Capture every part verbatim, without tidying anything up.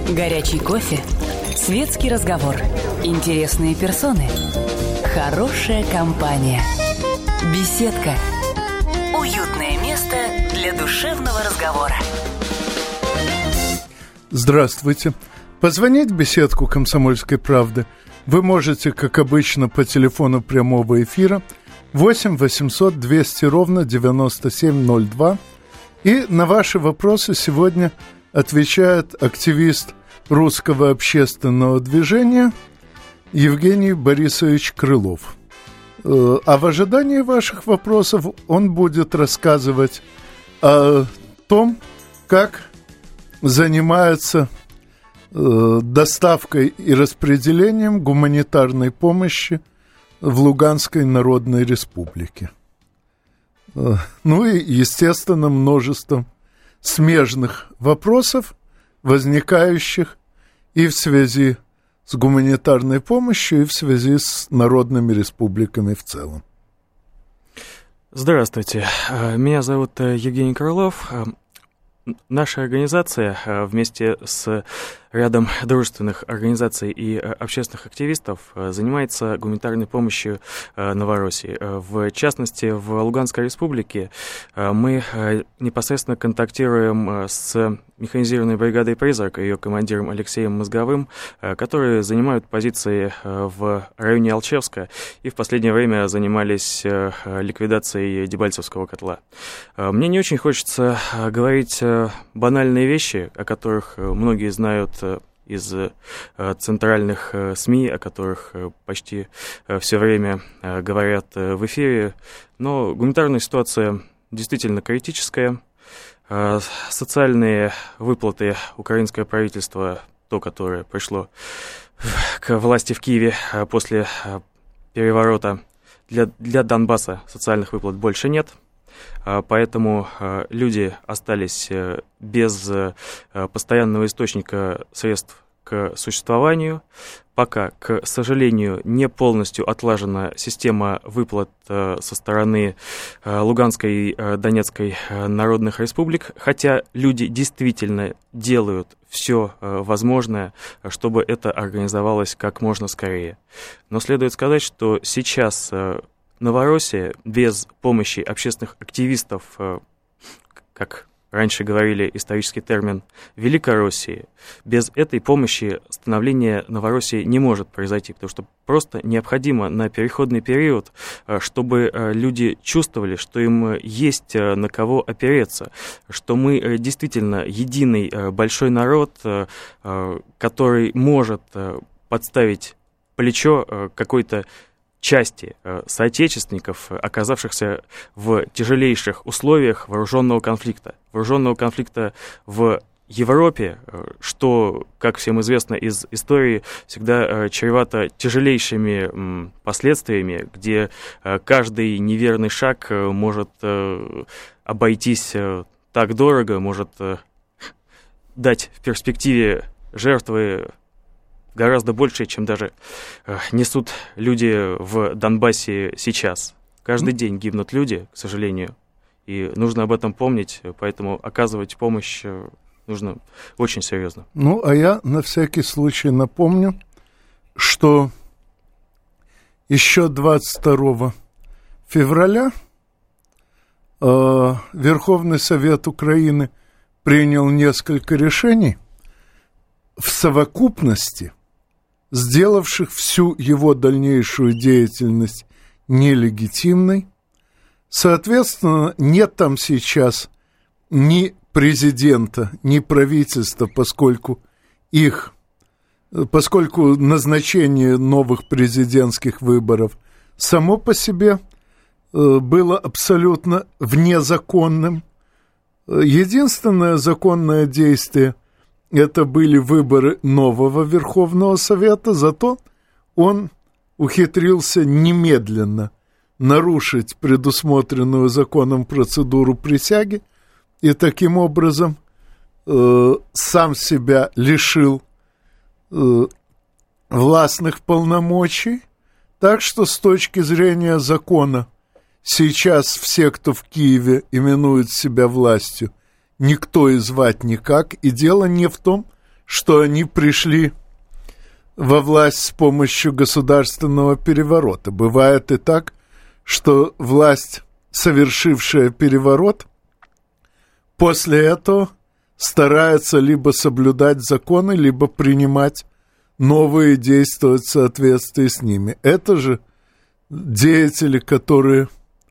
Горячий кофе, светский разговор, интересные персоны, хорошая компания, беседка, уютное место для душевного разговора. Здравствуйте. Позвонить в беседку «Комсомольской правды» вы можете, как обычно, по телефону прямого эфира восемь восемьсот двести ровно девяносто семь ноль два. И на ваши вопросы сегодня отвечает активист русского общественного движения Евгений Борисович Крылов. А в ожидании ваших вопросов он будет рассказывать о том, как занимается доставкой и распределением гуманитарной помощи в Луганской Народной Республике. Ну и, естественно, множество смежных вопросов, возникающих и в связи с гуманитарной помощью, и в связи с народными республиками в целом. Здравствуйте, меня зовут Евгений Крылов. Наша организация вместе с рядом дружественных организаций и общественных активистов занимается гуманитарной помощью Новороссии. В частности, в Луганской республике мы непосредственно контактируем с механизированной бригадой «Призрак» и ее командиром Алексеем Мозговым, которые занимают позиции в районе Алчевска и в последнее время занимались ликвидацией Дебальцевского котла. Мне не очень хочется говорить банальные вещи, о которых многие знают из центральных СМИ, о которых почти все время говорят в эфире, но гуманитарная ситуация действительно критическая. Социальные выплаты украинское правительство, то, которое пришло к власти в Киеве после переворота, для, для Донбасса социальных выплат больше нет. Поэтому люди остались без постоянного источника средств к существованию. Пока, к сожалению, не полностью отлажена система выплат со стороны Луганской и Донецкой народных республик, хотя люди действительно делают все возможное, чтобы это организовалось как можно скорее. Но следует сказать, что сейчас Новороссия без помощи общественных активистов, как раньше говорили исторический термин Великороссии, без этой помощи становление Новороссии не может произойти, потому что просто необходимо на переходный период, чтобы люди чувствовали, что им есть на кого опереться, что мы действительно единый большой народ, который может подставить плечо какой-то части соотечественников, оказавшихся в тяжелейших условиях вооруженного конфликта. Вооруженного конфликта в Европе, что, как всем известно из истории, всегда чревато тяжелейшими последствиями, где каждый неверный шаг может обойтись так дорого, может дать в перспективе жертвы гораздо больше, чем даже э, несут люди в Донбассе сейчас. Каждый mm. день гибнут люди, к сожалению, и нужно об этом помнить, поэтому оказывать помощь э, нужно очень серьезно. Ну, а я на всякий случай напомню, что еще двадцать второго февраля э, Верховный Совет Украины принял несколько решений в совокупности, сделавших всю его дальнейшую деятельность нелегитимной. Соответственно, нет там сейчас ни президента, ни правительства, поскольку их, поскольку назначение новых президентских выборов само по себе было абсолютно внезаконным. Единственное законное действие — это были выборы нового Верховного Совета, зато он ухитрился немедленно нарушить предусмотренную законом процедуру присяги и таким образом э, сам себя лишил э, властных полномочий. Так что с точки зрения закона сейчас все, кто в Киеве именует себя властью, никто и звать никак. И дело не в том, что они пришли во власть с помощью государственного переворота. Бывает и так, что власть, совершившая переворот, после этого старается либо соблюдать законы, либо принимать новые, действовать в соответствии с ними. Это же деятели, которые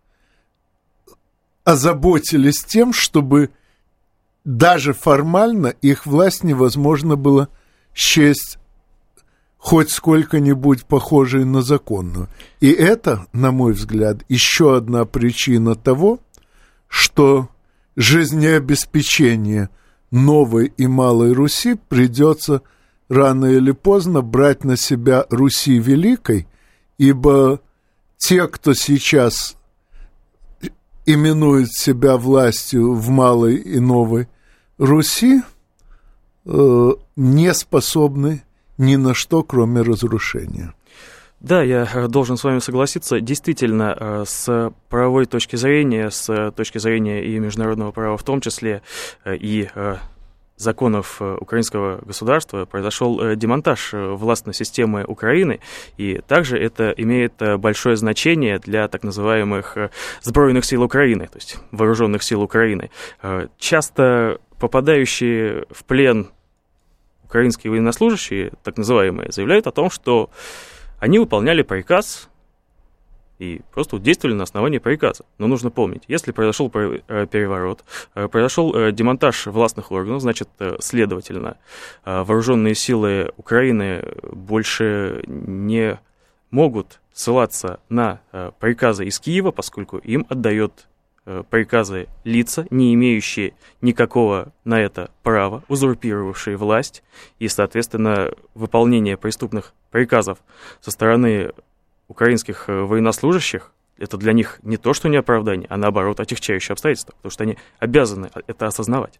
озаботились тем, чтобы даже формально их власть невозможно было счесть хоть сколько-нибудь похожей на законную. И это, на мой взгляд, еще одна причина того, что жизнеобеспечение Новой и Малой Руси придется рано или поздно брать на себя Руси Великой, ибо те, кто сейчас именует себя властью в Малой и Новой Руси, э, не способны ни на что, кроме разрушения. Да, я должен с вами согласиться. Действительно, с правовой точки зрения, с точки зрения и международного права в том числе, и законов украинского государства, произошел демонтаж властной системы Украины, и также это имеет большое значение для так называемых сбройных сил Украины, то есть вооруженных сил Украины. Часто попадающие в плен украинские военнослужащие, так называемые, заявляют о том, что они выполняли приказ и просто действовали на основании приказа. Но нужно помнить, если произошел переворот, произошел демонтаж властных органов, значит, следовательно, вооруженные силы Украины больше не могут ссылаться на приказы из Киева, поскольку им отдает приказы лица, не имеющие никакого на это права, узурпировавшие власть, и, соответственно, выполнение преступных приказов со стороны украинских военнослужащих, это для них не то, что не оправдание, а наоборот отягчающее обстоятельство, потому что они обязаны это осознавать.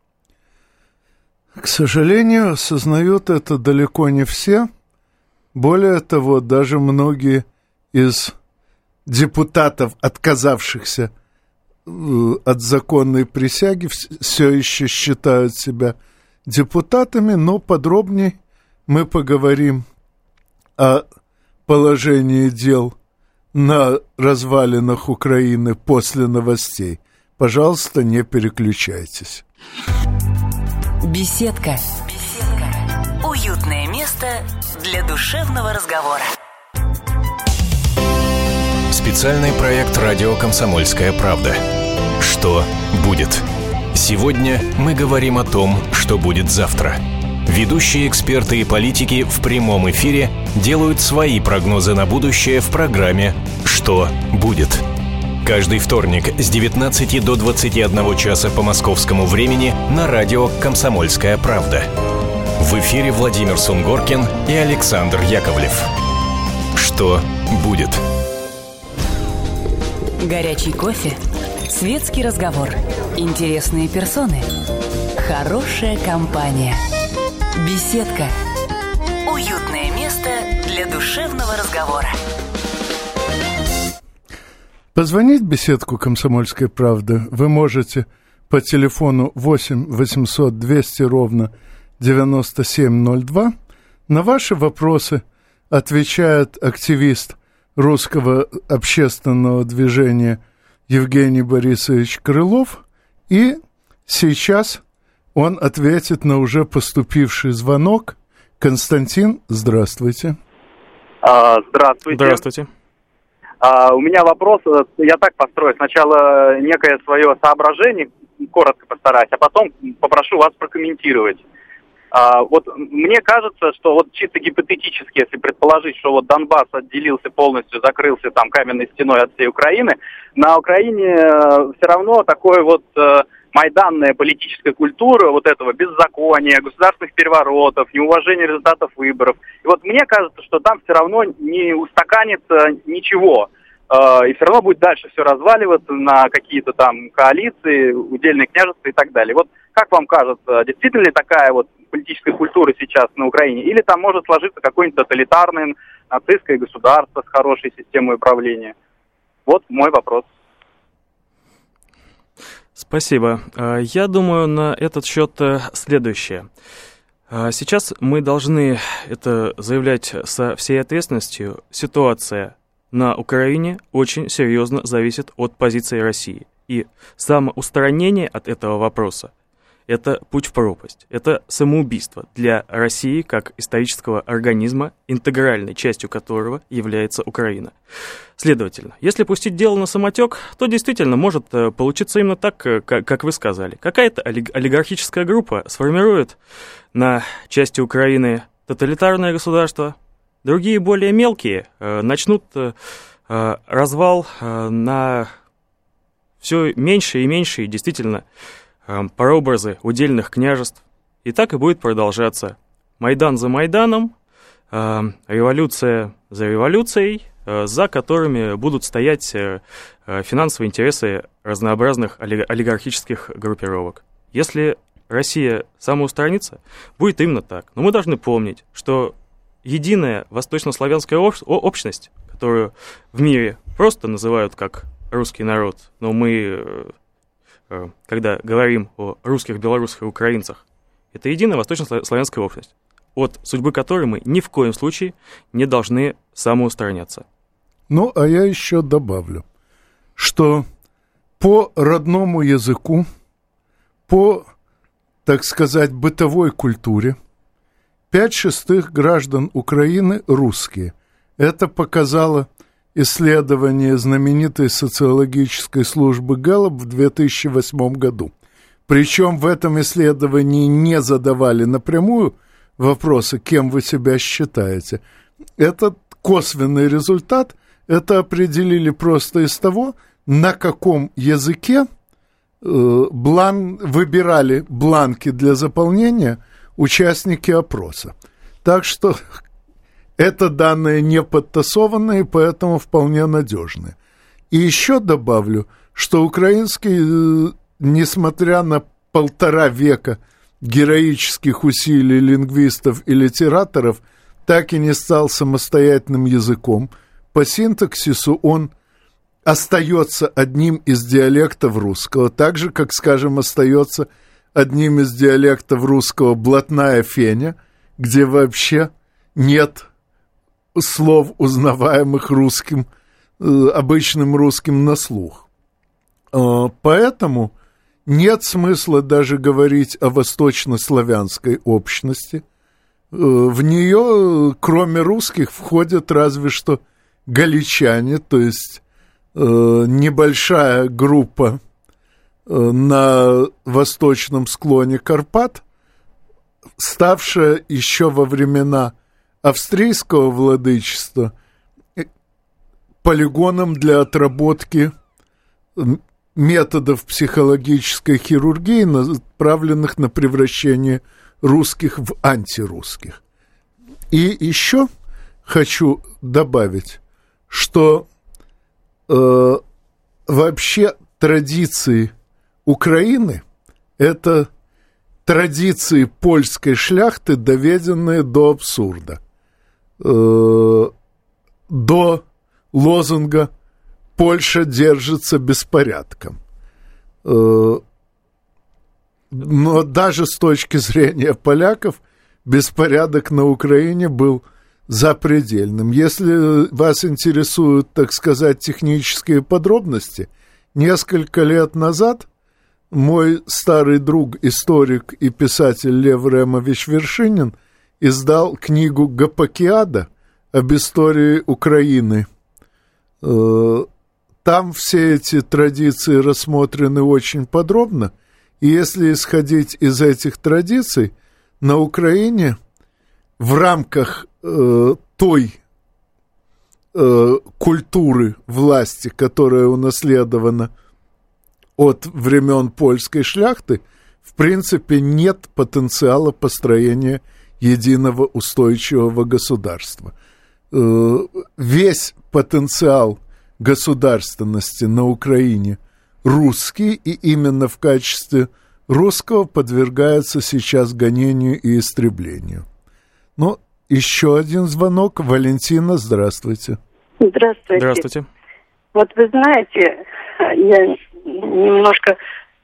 К сожалению, осознают это далеко не все. Более того, даже многие из депутатов, отказавшихся от законной присяги, все еще считают себя депутатами, но подробнее мы поговорим о положении дел на развалинах Украины после новостей. Пожалуйста, не переключайтесь. Беседка. Беседка. Уютное место для душевного разговора. Специальный проект «Радио Комсомольская правда». Что будет? Сегодня мы говорим о том, что будет завтра. Ведущие эксперты и политики в прямом эфире делают свои прогнозы на будущее в программе «Что будет?». Каждый вторник с девятнадцати до двадцати одного часа по московскому времени на радио «Комсомольская правда». В эфире Владимир Сунгоркин и Александр Яковлев. Что будет? Горячий кофе, светский разговор, интересные персоны, хорошая компания, беседка, уютное место для душевного разговора. Позвонить в беседку «Комсомольская правда» вы можете по телефону восемь восемьсот двести ровно девяносто семь ноль два. На ваши вопросы отвечает активист русского общественного движения Евгений Борисович Крылов, и сейчас он ответит на уже поступивший звонок. Константин, здравствуйте. А, здравствуйте. Здравствуйте. А, у меня вопрос, я так построю, сначала некое свое соображение, коротко постараюсь, а потом попрошу вас прокомментировать. А, вот мне кажется, что вот чисто гипотетически, если предположить, что вот Донбасс отделился полностью, закрылся там каменной стеной от всей Украины, на Украине э, все равно такое вот э, майданная политическая культура вот этого беззакония, государственных переворотов, неуважения результатов выборов. И вот мне кажется, что там все равно не устаканится ничего. Э, и все равно будет дальше все разваливаться на какие-то там коалиции, удельные княжества и так далее. Вот как вам кажется, действительно ли такая вот политическая культура сейчас на Украине, или там может сложиться какое-нибудь тоталитарное нацистское государство с хорошей системой управления? Вот мой вопрос. Спасибо. Я думаю на этот счет следующее. Сейчас мы должны это заявлять со всей ответственностью. Ситуация на Украине очень серьезно зависит от позиции России. И самоустранение от этого вопроса – это путь в пропасть. Это самоубийство для России как исторического организма, интегральной частью которого является Украина. Следовательно, если пустить дело на самотек, то действительно может получиться именно так, как вы сказали. Какая-то олигархическая группа сформирует на части Украины тоталитарное государство, другие, более мелкие, начнут развал на все меньше и меньше, и действительно, прообразы удельных княжеств. И так и будет продолжаться. Майдан за Майданом, революция за революцией, за которыми будут стоять финансовые интересы разнообразных олигархических группировок. Если Россия самоустранится, будет именно так. Но мы должны помнить, что единая восточнославянская общность, которую в мире просто называют как русский народ, но мы, когда говорим о русских, белорусах и украинцах, это единая восточнославянская общность, от судьбы которой мы ни в коем случае не должны самоустраняться. Ну, а я еще добавлю, что по родному языку, по, так сказать, бытовой культуре, пять шестых граждан Украины русские. Это показало исследование знаменитой социологической службы Гэллоп в две тысячи восьмом году. Причем в этом исследовании не задавали напрямую вопросы, кем вы себя считаете. Это косвенный результат, это определили просто из того, на каком языке э, блан, выбирали бланки для заполнения участники опроса. Так что это данные не подтасованные, поэтому вполне надежные. И еще добавлю, что украинский, несмотря на полтора века героических усилий лингвистов и литераторов, так и не стал самостоятельным языком. По синтаксису он остается одним из диалектов русского, так же, как, скажем, остается одним из диалектов русского блатная феня, где вообще нет слов, узнаваемых русским, обычным русским на слух. Поэтому нет смысла даже говорить о восточнославянской общности. В нее, кроме русских, входят разве что галичане, то есть небольшая группа на восточном склоне Карпат, ставшая еще во времена австрийского владычества полигоном для отработки методов психологической хирургии, направленных на превращение русских в антирусских. И еще хочу добавить, что э, вообще традиции Украины – это традиции польской шляхты, доведенные до абсурда, э, до лозунга «Польша держится беспорядком». Э, но даже с точки зрения поляков беспорядок на Украине был запредельным. Если вас интересуют, так сказать, технические подробности, несколько лет назад мой старый друг, историк и писатель Лев Ремович Вершинин издал книгу «Гапакиада» об истории Украины. Там все эти традиции рассмотрены очень подробно, и если исходить из этих традиций, на Украине в рамках э, той э, культуры власти, которая унаследована от времен польской шляхты, в принципе, нет потенциала построения единого устойчивого государства. Э, весь потенциал государственности на Украине русский, и именно в качестве русского подвергается сейчас гонению и истреблению. Ну, еще один звонок. Валентина, здравствуйте. Здравствуйте. Здравствуйте. Вот вы знаете, я немножко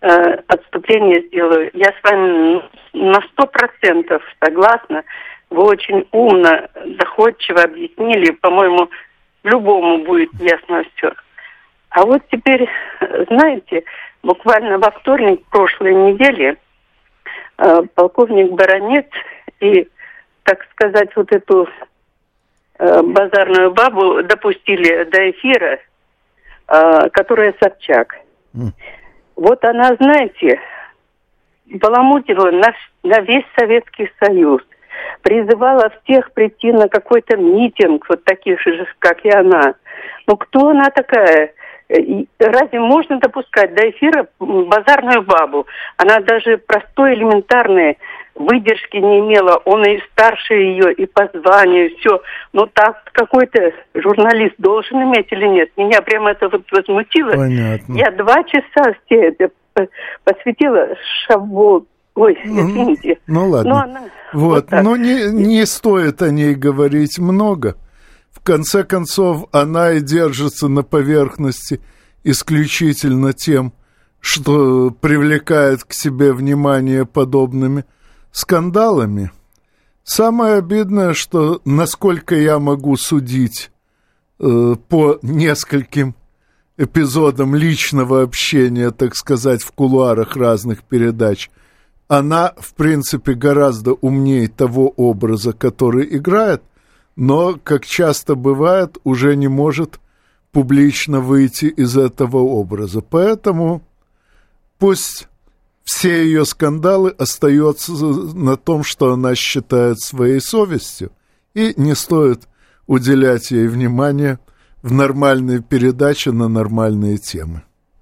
отступление сделаю. Я с вами на сто процентов согласна. Вы очень умно, доходчиво объяснили. По-моему, любому будет ясно все. А вот теперь, знаете, буквально во вторник прошлой недели полковник Баранец и, так сказать, вот эту базарную бабу допустили до эфира, которая Собчак. Mm. Вот она, знаете, баламутила на, на весь Советский Союз, призывала всех прийти на какой-то митинг, вот таких же, как и она. Ну, кто она такая? Разве можно допускать до эфира базарную бабу? Она даже простой, элементарной выдержки не имела. Он и старше ее, и по званию, все. Но так какой-то журналист должен иметь или нет? Меня прямо это вот возмутило. Понятно. Я два часа все это посвятила Шабо. Ой, извините. Ну, ну ладно. Но она, вот, вот но не, не стоит о ней говорить много. В конце концов, она и держится на поверхности исключительно тем, что привлекает к себе внимание подобными скандалами. Самое обидное, что, насколько я могу судить э, по нескольким эпизодам личного общения, так сказать, в кулуарах разных передач, она, в принципе, гораздо умнее того образа, который играет, но, как часто бывает, уже не может публично выйти из этого образа. Поэтому пусть все ее скандалы остаются на том, что она считает своей совестью, и не стоит уделять ей внимание в нормальной передаче на нормальные темы.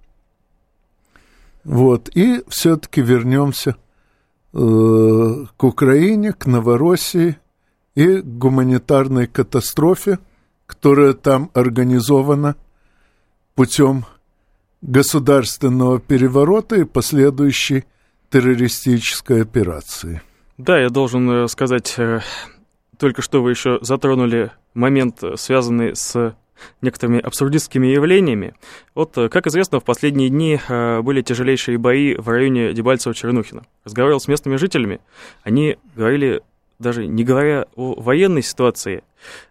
Вот, и все-таки вернемся э, к Украине, к Новороссии и к гуманитарной катастрофе, которая там организована путем государственного переворота и последующей террористической операции. Да, я должен сказать, только что вы еще затронули момент, связанный с некоторыми абсурдистскими явлениями. Вот, как известно, в последние дни были тяжелейшие бои в районе Дебальцево-Чернухино. Разговаривал с местными жителями, они говорили, даже не говоря о военной ситуации,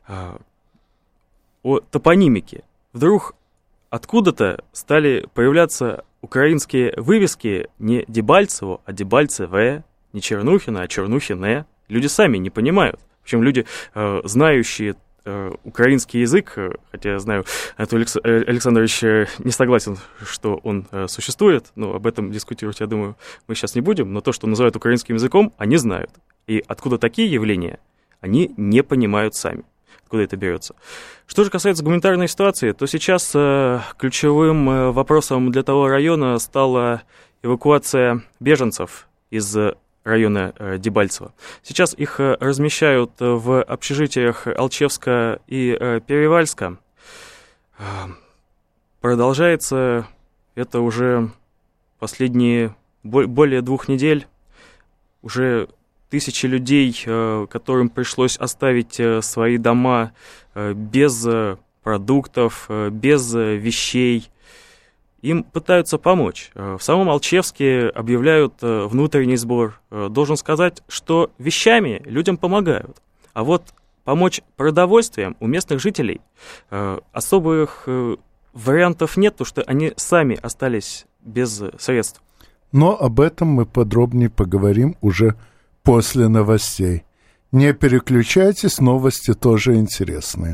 о топонимике. Вдруг откуда-то стали появляться украинские вывески не Дебальцево, а Дебальцеве, не Чернухино, а Чернухине. Люди сами не понимают. Причем люди, э, знающие э, украинский язык, э, хотя я знаю, Анатолий Александрович э, не согласен, что он э, существует, но об этом дискутировать, я думаю, мы сейчас не будем, но то, что называют украинским языком, они знают. И откуда такие явления, они не понимают сами. Откуда это берется. Что же касается гуманитарной ситуации, то сейчас э, ключевым э, вопросом для того района стала эвакуация беженцев из района э, Дебальцево. Сейчас их э, размещают в общежитиях Алчевска и э, Перевальска. Э, продолжается это уже последние бо- более двух недель. Уже тысячи людей, которым пришлось оставить свои дома без продуктов, без вещей, им пытаются помочь. В самом Алчевске объявляют внутренний сбор. Должен сказать, что вещами людям помогают. А вот помочь продовольствием у местных жителей особых вариантов нет, потому что они сами остались без средств. Но об этом мы подробнее поговорим уже после новостей. Не переключайтесь, новости тоже интересные.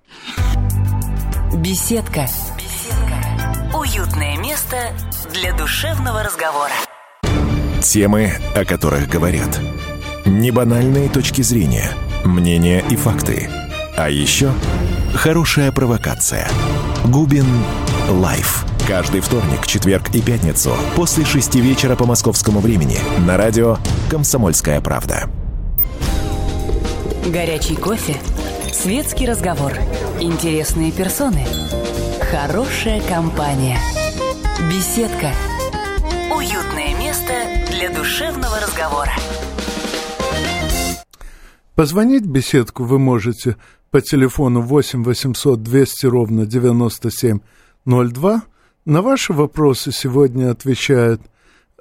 Беседка. Беседка. Уютное место для душевного разговора. Темы, о которых говорят. Небанальные точки зрения, мнения и факты. А еще хорошая провокация. Губин Лайф. Каждый вторник, четверг и пятницу после шести вечера по московскому времени на радио «Комсомольская правда». Горячий кофе, светский разговор, интересные персоны, хорошая компания, беседка, уютное место для душевного разговора. Позвонить в беседку вы можете по телефону восемь восемьсот двести ровно девяносто семь ноль два. На ваши вопросы сегодня отвечает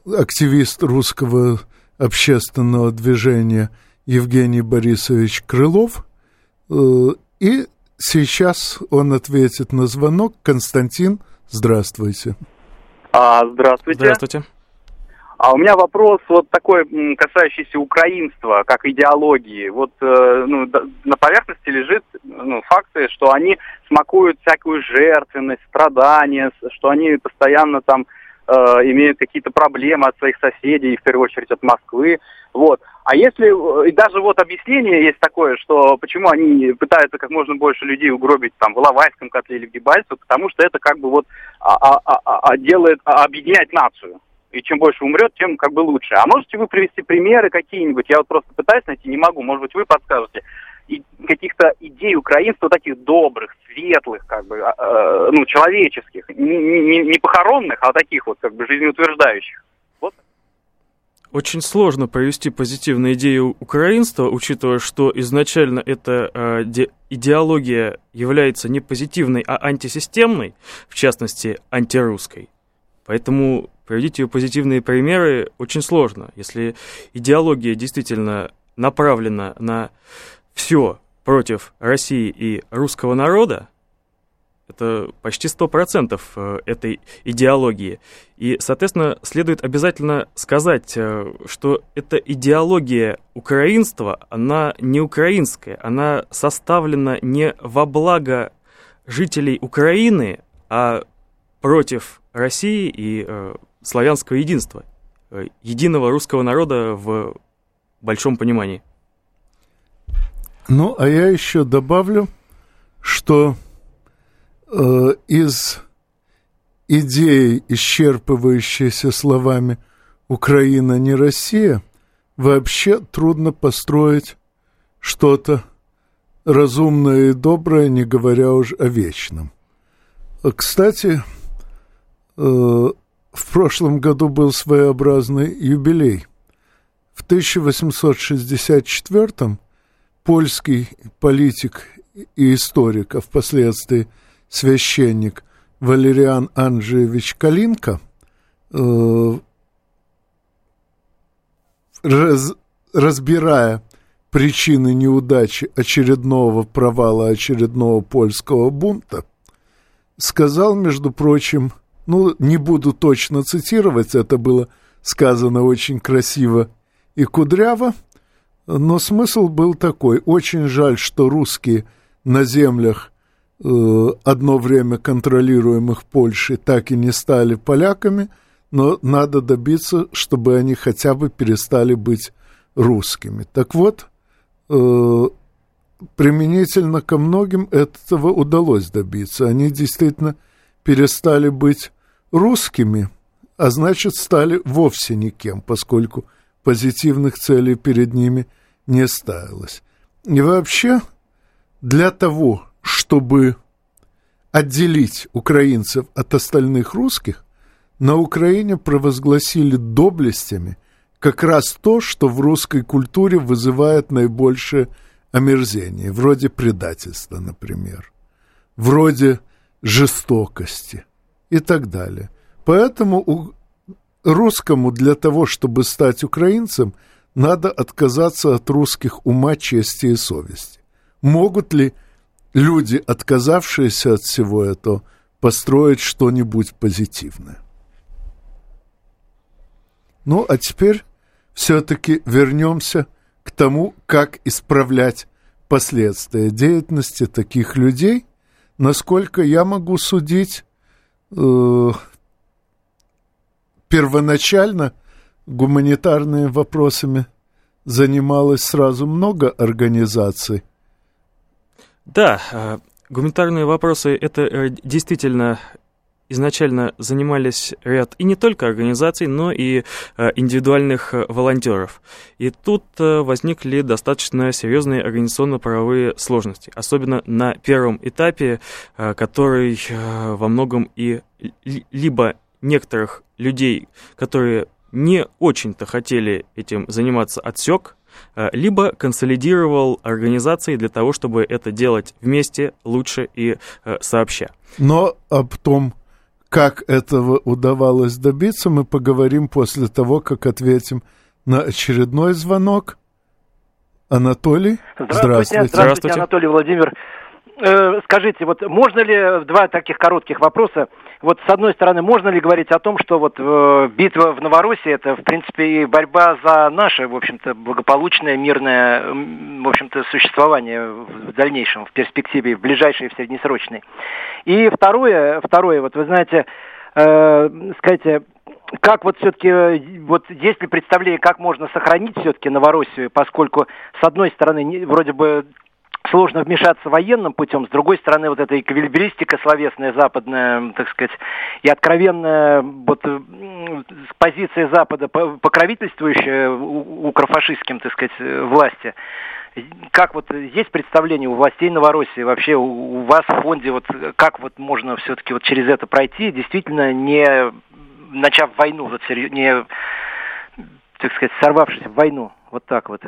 активист русского общественного движения Евгений Борисович Крылов. И сейчас он ответит на звонок. Константин, здравствуйте. А, здравствуйте. Здравствуйте. А у меня вопрос вот такой, касающийся украинства, как идеологии. Вот ну, на поверхности лежит ну, факты, что они смакуют всякую жертвенность, страдания, что они постоянно там э, имеют какие-то проблемы от своих соседей, в первую очередь от Москвы. Вот. А если, и даже вот объяснение есть такое, что почему они пытаются как можно больше людей угробить там в Иловайском котле или в Дебальцево, потому что это как бы вот а, а, а, делает, а, объединяет нацию. И чем больше умрет, тем как бы лучше. А можете вы привести примеры какие-нибудь? Я вот просто пытаюсь найти, не могу. Может быть, вы подскажете. И каких-то идей украинства, таких добрых, светлых, как бы, э, ну, человеческих. Не, не, не похоронных, а таких вот, как бы, жизнеутверждающих. Вот. Очень сложно провести позитивную идею украинства, учитывая, что изначально эта э, де- идеология является не позитивной, а антисистемной, в частности, антирусской. Поэтому приводить ее позитивные примеры очень сложно. Если идеология действительно направлена на все против России и русского народа, это почти сто процентов этой идеологии. И, соответственно, следует обязательно сказать, что эта идеология украинства, она не украинская, она составлена не во благо жителей Украины, а против России и э, славянского единства, э, единого русского народа в большом понимании. Ну, а я еще добавлю, что э, из идеи, исчерпывающейся словами «Украина не Россия», вообще трудно построить что-то разумное и доброе, не говоря уж о вечном. Кстати, в прошлом году был своеобразный юбилей. В тысяча восемьсот шестьдесят четвёртом польский политик и историк, а впоследствии священник Валериан Анджеевич Калинка раз, разбирая причины неудачи очередного провала, очередного польского бунта, сказал, между прочим, ну, не буду точно цитировать, это было сказано очень красиво и кудряво, но смысл был такой: очень жаль, что русские на землях, э, одно время контролируемых Польшей, так и не стали поляками, но надо добиться, чтобы они хотя бы перестали быть русскими. Так вот, э, применительно ко многим этого удалось добиться. Они действительно перестали быть русскими, а значит, стали вовсе никем, поскольку позитивных целей перед ними не ставилось. И вообще, для того, чтобы отделить украинцев от остальных русских, на Украине провозгласили доблестями как раз то, что в русской культуре вызывает наибольшее омерзение, вроде предательства, например, вроде жестокости и так далее. Поэтому русскому для того, чтобы стать украинцем, надо отказаться от русских ума, чести и совести. Могут ли люди, отказавшиеся от всего этого, построить что-нибудь позитивное? Ну, а теперь все-таки вернемся к тому, как исправлять последствия деятельности таких людей. Насколько я могу судить, э, первоначально гуманитарными вопросами занималось сразу много организаций. Да, гуманитарные вопросы — это действительно изначально занимались ряд и не только организаций, но и индивидуальных волонтеров. И тут возникли достаточно серьезные организационно-правовые сложности, особенно на первом этапе, который во многом и либо некоторых людей, которые не очень-то хотели этим заниматься, отсек, либо консолидировал организации для того, чтобы это делать вместе, лучше и сообща. Но об том, как этого удавалось добиться, мы поговорим после того, как ответим на очередной звонок. Анатолий, здравствуйте. Здравствуйте, здравствуйте, Анатолий, Владимир. Э, скажите, вот можно ли, два таких коротких вопроса, вот с одной стороны, можно ли говорить о том, что вот э, битва в Новороссии, это, в принципе, и борьба за наше, в общем-то, благополучное, мирное, в общем-то, существование в дальнейшем, в перспективе, в ближайшей, в среднесрочной. И второе, второе, вот вы знаете, э, скажите, как вот все-таки, вот есть ли представление, как можно сохранить все-таки Новороссию, поскольку, с одной стороны, вроде бы сложно вмешаться военным путем, с другой стороны, вот эта эквилибристика словесная, западная, так сказать, и откровенная вот позиция Запада, покровительствующая укрофашистским, так сказать, власти. Как вот есть представление у властей Новороссии, вообще у, у вас в фонде, вот как вот можно все-таки вот через это пройти, действительно не начав войну, вот, не, так сказать, сорвавшись в войну, вот так вот.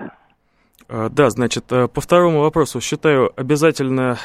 Да, значит, по второму вопросу, считаю, обязательно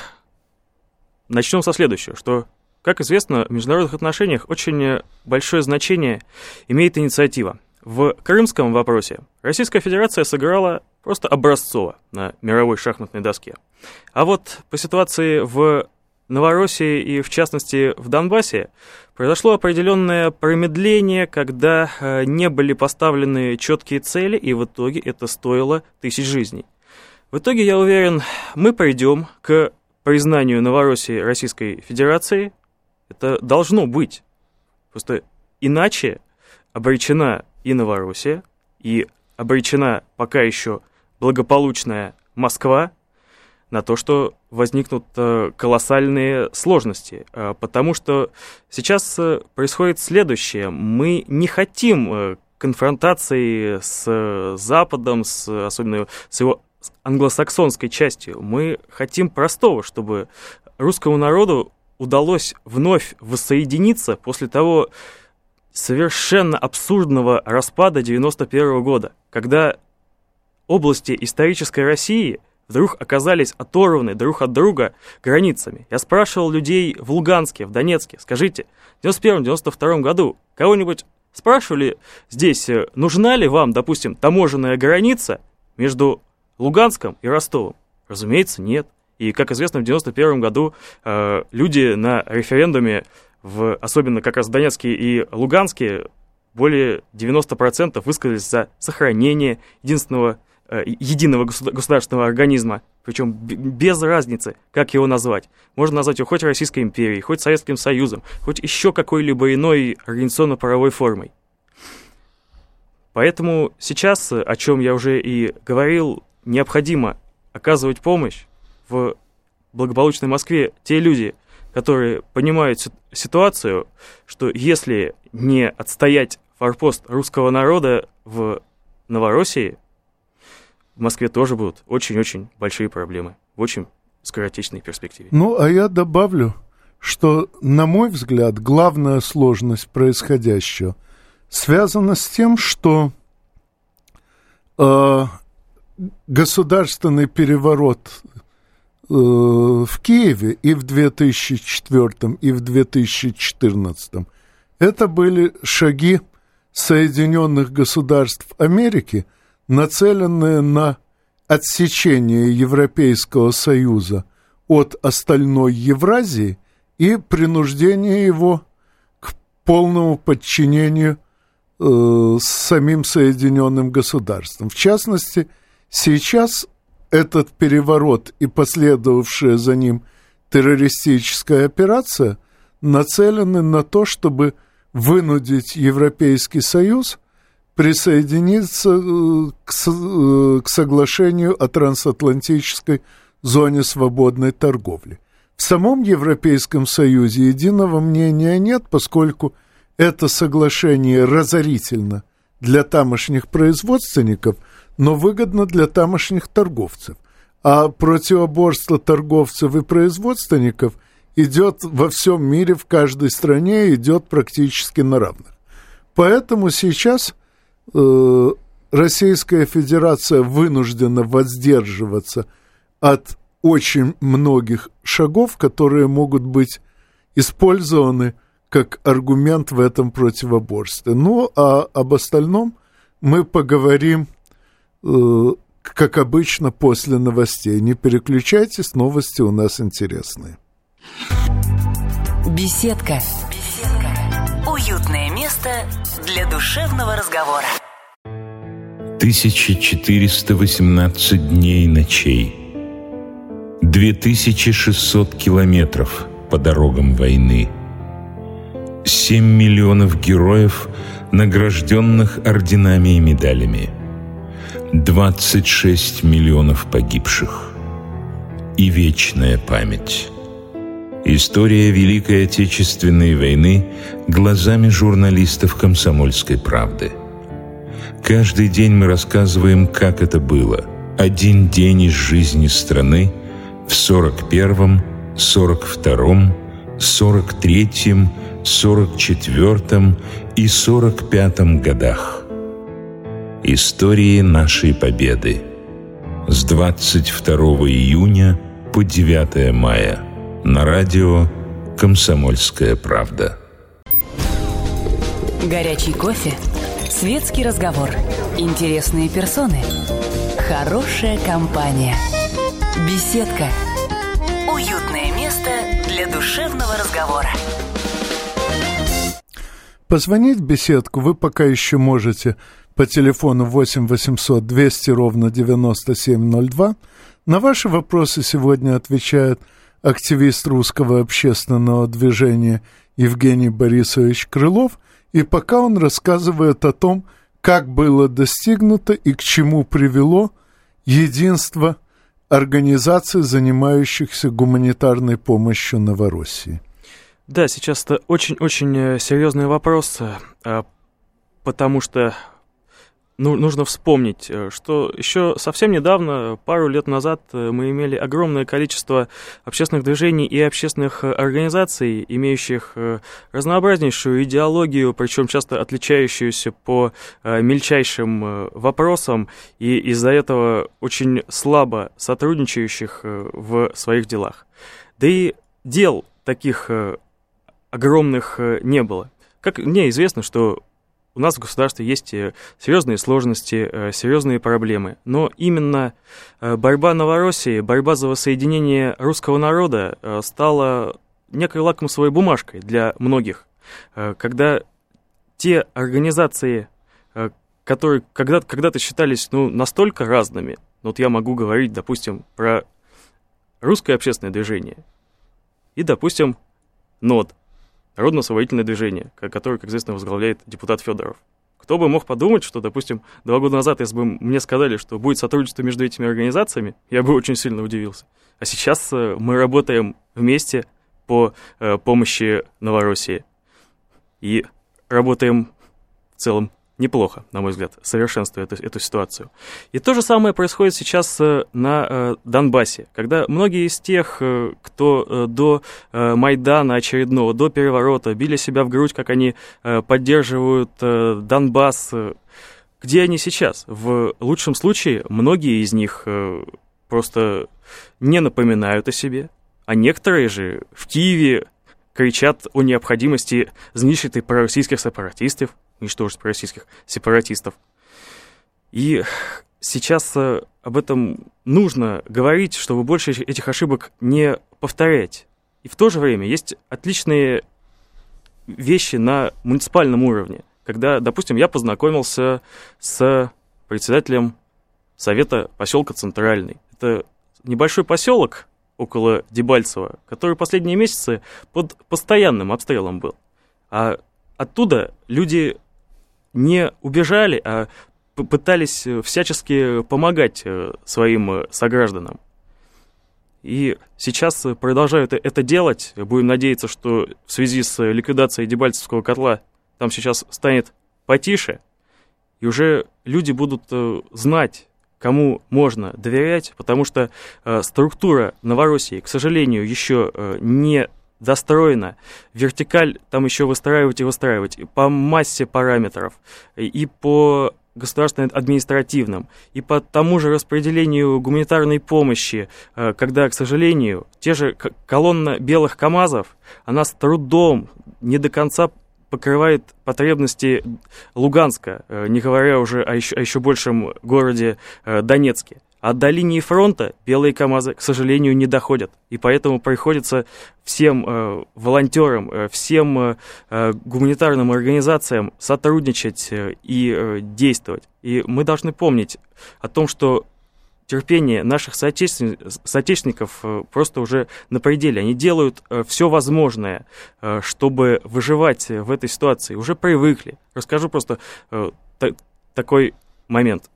начнем со следующего, что, как известно, в международных отношениях очень большое значение имеет инициатива. В крымском вопросе Российская Федерация сыграла просто образцово на мировой шахматной доске. А вот по ситуации в Новороссии и, в частности, в Донбассе произошло определенное промедление, когда э, не были поставлены четкие цели, и в итоге это стоило тысяч жизней. В итоге, я уверен, мы придем к признанию Новороссии Российской Федерации. Это должно быть. Просто иначе обречена и Новороссия, и обречена пока еще благополучная Москва на то, что возникнут э, колоссальные сложности, э, потому что сейчас э, происходит следующее. Мы не хотим э, конфронтации с э, Западом, с, особенно с его англосаксонской частью. Мы хотим простого, чтобы русскому народу удалось вновь воссоединиться после того совершенно абсурдного распада девяносто первого года, когда области исторической России вдруг оказались оторваны друг от друга границами. Я спрашивал людей в Луганске, в Донецке, скажите, в девяносто первом — девяносто втором году кого-нибудь спрашивали здесь, нужна ли вам, допустим, таможенная граница между Луганском и Ростовом? Разумеется, нет. И, как известно, в девяносто первом году э, люди на референдуме, в, особенно как раз в Донецке и Луганске, более девяносто процентов высказались за сохранение единственного единого государственного организма, причем без разницы, как его назвать. Можно назвать его хоть Российской империей, хоть Советским Союзом, хоть еще какой-либо иной организационно-правовой формой. Поэтому сейчас, о чем я уже и говорил, необходимо оказывать помощь в благополучной Москве те люди, которые понимают ситуацию, что если не отстоять форпост русского народа в Новороссии, в Москве тоже будут очень-очень большие проблемы в очень скоротечной перспективе. Ну, а я добавлю, что, на мой взгляд, главная сложность происходящего связана с тем, что э, государственный переворот э, в Киеве и в две тысячи четвёртом, и в две тысячи четырнадцатом это были шаги Соединенных Государств Америки, нацеленные на отсечение Европейского Союза от остальной Евразии и принуждение его к полному подчинению э, самим Соединенным Государствам. В частности, сейчас этот переворот и последовавшая за ним террористическая операция нацелены на то, чтобы вынудить Европейский Союз присоединиться к, к соглашению о трансатлантической зоне свободной торговли. В самом Европейском Союзе единого мнения нет, поскольку это соглашение разорительно для тамошних производственников, но выгодно для тамошних торговцев. А противоборство торговцев и производственников идет во всем мире, в каждой стране идет практически на равных. Поэтому сейчас Российская Федерация вынуждена воздерживаться от очень многих шагов, которые могут быть использованы как аргумент в этом противоборстве. Ну, а об остальном мы поговорим, э, как обычно, после новостей. Не переключайтесь, новости у нас интересные. Беседка. Беседка. Уютное место для душевного разговора. тысяча четыреста восемнадцать дней и ночей. две тысячи шестьсот километров по дорогам войны. семь миллионов героев, награжденных орденами и медалями. двадцать шесть миллионов погибших. И вечная память. История Великой Отечественной войны глазами журналистов «Комсомольской правды». Каждый день мы рассказываем, как это было. Один день из жизни страны в сорок первом, сорок втором, сорок третьем, сорок четвертом и сорок пятом годах. Истории нашей победы. С двадцать второго июня по девятое мая. На радио «Комсомольская правда». Горячий кофе, светский разговор, интересные персоны, хорошая компания. Беседка. Уютное место для душевного разговора. Позвонить в беседку вы пока еще можете по телефону восемь восемьсот двести ровно девяносто семь ноль два. На ваши вопросы сегодня отвечает активист русского общественного движения Евгений Борисович Крылов. И пока он рассказывает о том, как было достигнуто и к чему привело единство организаций, занимающихся гуманитарной помощью Новороссии. Да, сейчас это очень-очень серьезный вопрос, потому что ну, нужно вспомнить, что еще совсем недавно, пару лет назад, мы имели огромное количество общественных движений и общественных организаций, имеющих разнообразнейшую идеологию, причем часто отличающуюся по мельчайшим вопросам, и из-за этого очень слабо сотрудничающих в своих делах. Да и дел таких огромных не было. Как мне известно, что у нас в государстве есть серьезные сложности, серьезные проблемы, но именно борьба Новороссии, борьба за воссоединение русского народа стала некой лакмусовой бумажкой для многих, когда те организации, которые когда-то, когда-то считались ну, настолько разными, вот я могу говорить, допустим, про русское общественное движение и, допустим, НОД, Народно-освободительное движение, которое, как известно, возглавляет депутат Федоров. Кто бы мог подумать, что, допустим, два года назад, если бы мне сказали, что будет сотрудничество между этими организациями, я бы очень сильно удивился. А сейчас мы работаем вместе по помощи Новороссии. И работаем в целом неплохо, на мой взгляд, совершенствуя эту, эту ситуацию. И то же самое происходит сейчас на Донбассе, когда многие из тех, кто до Майдана очередного, до переворота били себя в грудь, как они поддерживают Донбасс, где они сейчас? В лучшем случае многие из них просто не напоминают о себе, а некоторые же в Киеве кричат о необходимости знищить пророссийских сепаратистов, уничтожить пророссийских сепаратистов. И сейчас об этом нужно говорить, чтобы больше этих ошибок не повторять. И в то же время есть отличные вещи на муниципальном уровне, когда, допустим, я познакомился с председателем совета поселка Центральный. Это небольшой поселок около Дебальцева, который последние месяцы под постоянным обстрелом был. А оттуда люди не убежали, а пытались всячески помогать своим согражданам. И сейчас продолжают это делать. Будем надеяться, что в связи с ликвидацией Дебальцевского котла там сейчас станет потише, и уже люди будут знать, кому можно доверять, потому что структура Новороссии, к сожалению, еще не достроена, вертикаль там еще выстраивать и выстраивать и по массе параметров, и по государственно-административном и по тому же распределению гуманитарной помощи, когда, к сожалению, те же колонна белых КАМАЗов, она с трудом не до конца покрывает потребности Луганска, не говоря уже о еще, о еще большем городе Донецке. А до линии фронта белые КАМАЗы, к сожалению, не доходят. И поэтому приходится всем э, волонтерам, э, всем э, гуманитарным организациям сотрудничать э, и э, действовать. И мы должны помнить о том, что терпение наших соотечествен... соотечественников э, просто уже на пределе. Они делают э, все возможное, э, чтобы выживать в этой ситуации. Уже привыкли. Расскажу просто э, та- такой момент.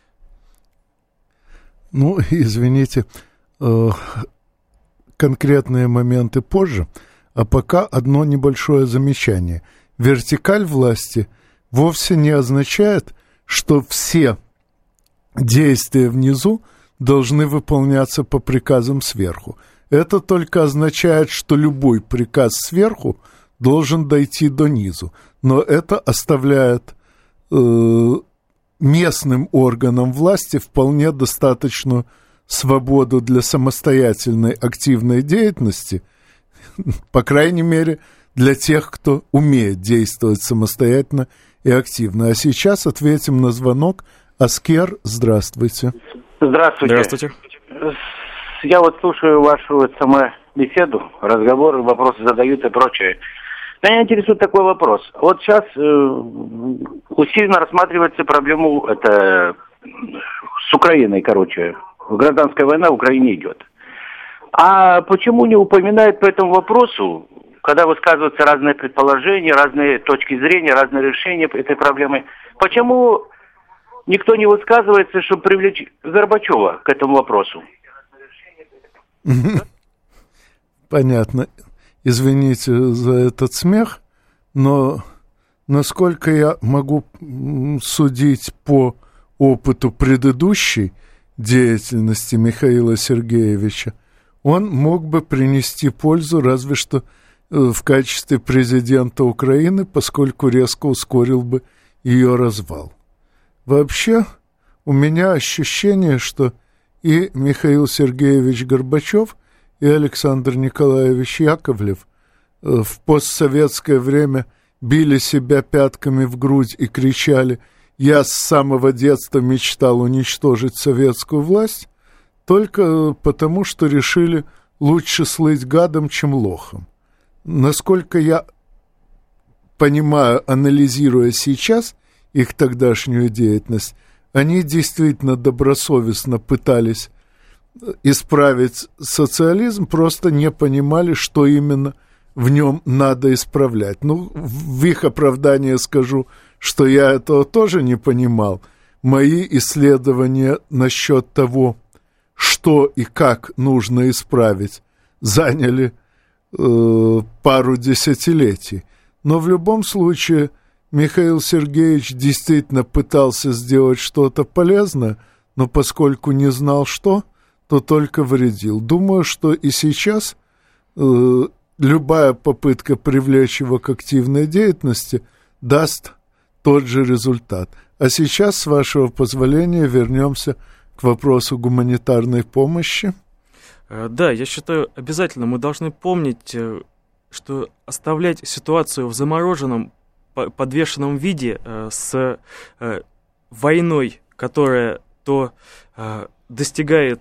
Ну, извините, э, конкретные моменты позже, а пока одно небольшое замечание. Вертикаль власти вовсе не означает, что все действия внизу должны выполняться по приказам сверху. Это только означает, что любой приказ сверху должен дойти до низу. Но это оставляет э, местным органам власти вполне достаточную свободу для самостоятельной активной деятельности, по крайней мере, для тех, кто умеет действовать самостоятельно и активно. А сейчас ответим на звонок. Аскер, здравствуйте. Здравствуйте. Здравствуйте. Я вот слушаю вашу саму беседу, разговоры, вопросы задают и прочее. Меня интересует такой вопрос. Вот сейчас э, усиленно рассматривается проблему это, с Украиной, короче. Гражданская война в Украине идет. А почему не упоминают по этому вопросу, когда высказываются разные предположения, разные точки зрения, разные решения этой проблемы, почему никто не высказывается, чтобы привлечь Горбачева к этому вопросу? Понятно. Извините за этот смех, но насколько я могу судить по опыту предыдущей деятельности Михаила Сергеевича, он мог бы принести пользу разве что в качестве президента Украины, поскольку резко ускорил бы ее развал. Вообще, у меня ощущение, что и Михаил Сергеевич Горбачев, и Александр Николаевич Яковлев в постсоветское время били себя пятками в грудь и кричали: «Я с самого детства мечтал уничтожить советскую власть», только потому, что решили лучше слыть гадом, чем лохом. Насколько я понимаю, анализируя сейчас их тогдашнюю деятельность, они действительно добросовестно пытались исправить социализм, просто не понимали, что именно в нем надо исправлять. Ну, в их оправдание скажу, что я этого тоже не понимал. Мои исследования насчет того, что и как нужно исправить, заняли э, пару десятилетий. Но в любом случае Михаил Сергеевич действительно пытался сделать что-то полезное, но поскольку не знал что, то только вредил. Думаю, что и сейчас э, любая попытка привлечь его к активной деятельности даст тот же результат. А сейчас, с вашего позволения, вернемся к вопросу гуманитарной помощи. Да, я считаю, обязательно мы должны помнить, что оставлять ситуацию в замороженном, подвешенном виде с войной, которая то достигает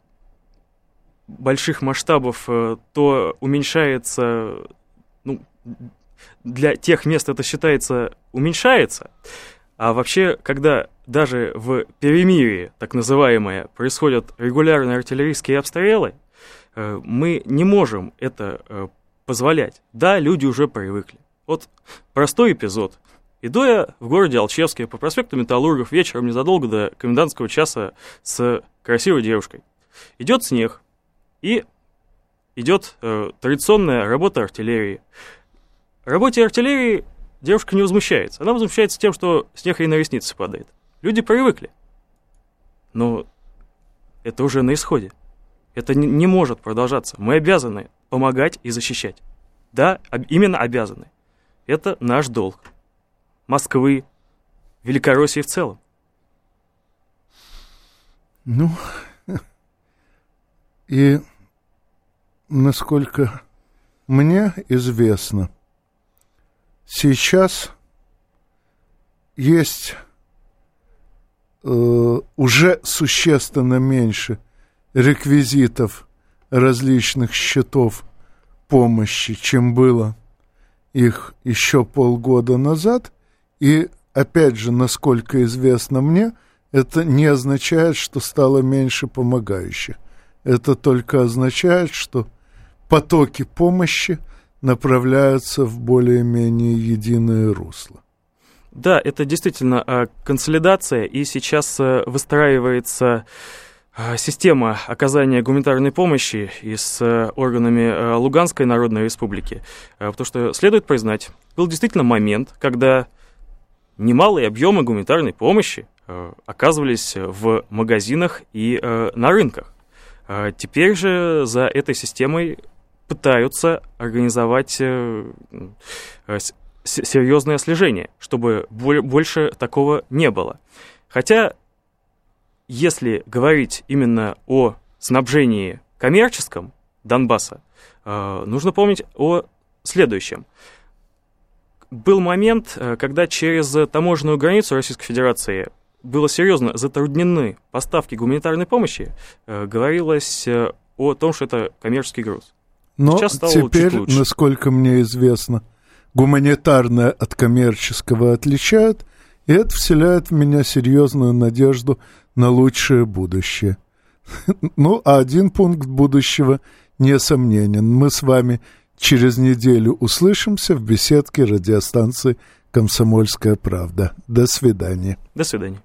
больших масштабов, то уменьшается, ну, для тех мест это считается, уменьшается. А вообще, когда даже в перемирии, так называемое, происходят регулярные артиллерийские обстрелы, мы не можем это позволять. Да, люди уже привыкли. Вот простой эпизод. Иду я в городе Алчевске по проспекту Металлургов вечером незадолго до комендантского часа с красивой девушкой. Идет снег, и идет э, традиционная работа артиллерии. Работе артиллерии девушка не возмущается. Она возмущается тем, что снег ей на ресницы падает. Люди привыкли. Но это уже на исходе. Это не, не может продолжаться. Мы обязаны помогать и защищать. Да, об, именно обязаны. Это наш долг. Москвы, Великороссии в целом. Ну, и насколько мне известно, сейчас есть э, уже существенно меньше реквизитов различных счетов помощи, чем было их еще полгода назад. И, опять же, насколько известно мне, это не означает, что стало меньше помогающих. Это только означает, что потоки помощи направляются в более-менее единое русло. Да, это действительно консолидация, и сейчас выстраивается система оказания гуманитарной помощи и с органами Луганской Народной Республики. Потому что, следует признать, был действительно момент, когда немалые объемы гуманитарной помощи оказывались в магазинах и на рынках. Теперь же за этой системой пытаются организовать серьезное слежение, чтобы больше такого не было. Хотя, если говорить именно о снабжении коммерческом Донбасса, нужно помнить о следующем. Был момент, когда через таможенную границу Российской Федерации было серьезно затруднены поставки гуманитарной помощи, говорилось о том, что это коммерческий груз. Но теперь, насколько мне известно, гуманитарное от коммерческого отличают, и это вселяет в меня серьезную надежду на лучшее будущее. Ну, а один пункт будущего несомненен. Мы с вами через неделю услышимся в беседке радиостанции «Комсомольская правда». До свидания. До свидания.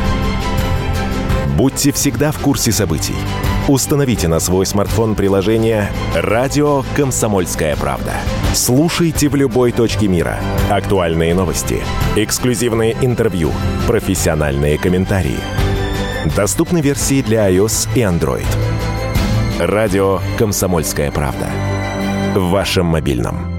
Будьте всегда в курсе событий. Установите на свой смартфон приложение «Радио Комсомольская правда». Слушайте в любой точке мира. Актуальные новости, эксклюзивные интервью, профессиональные комментарии. Доступны версии для iOS и Android. «Радио Комсомольская правда». В вашем мобильном.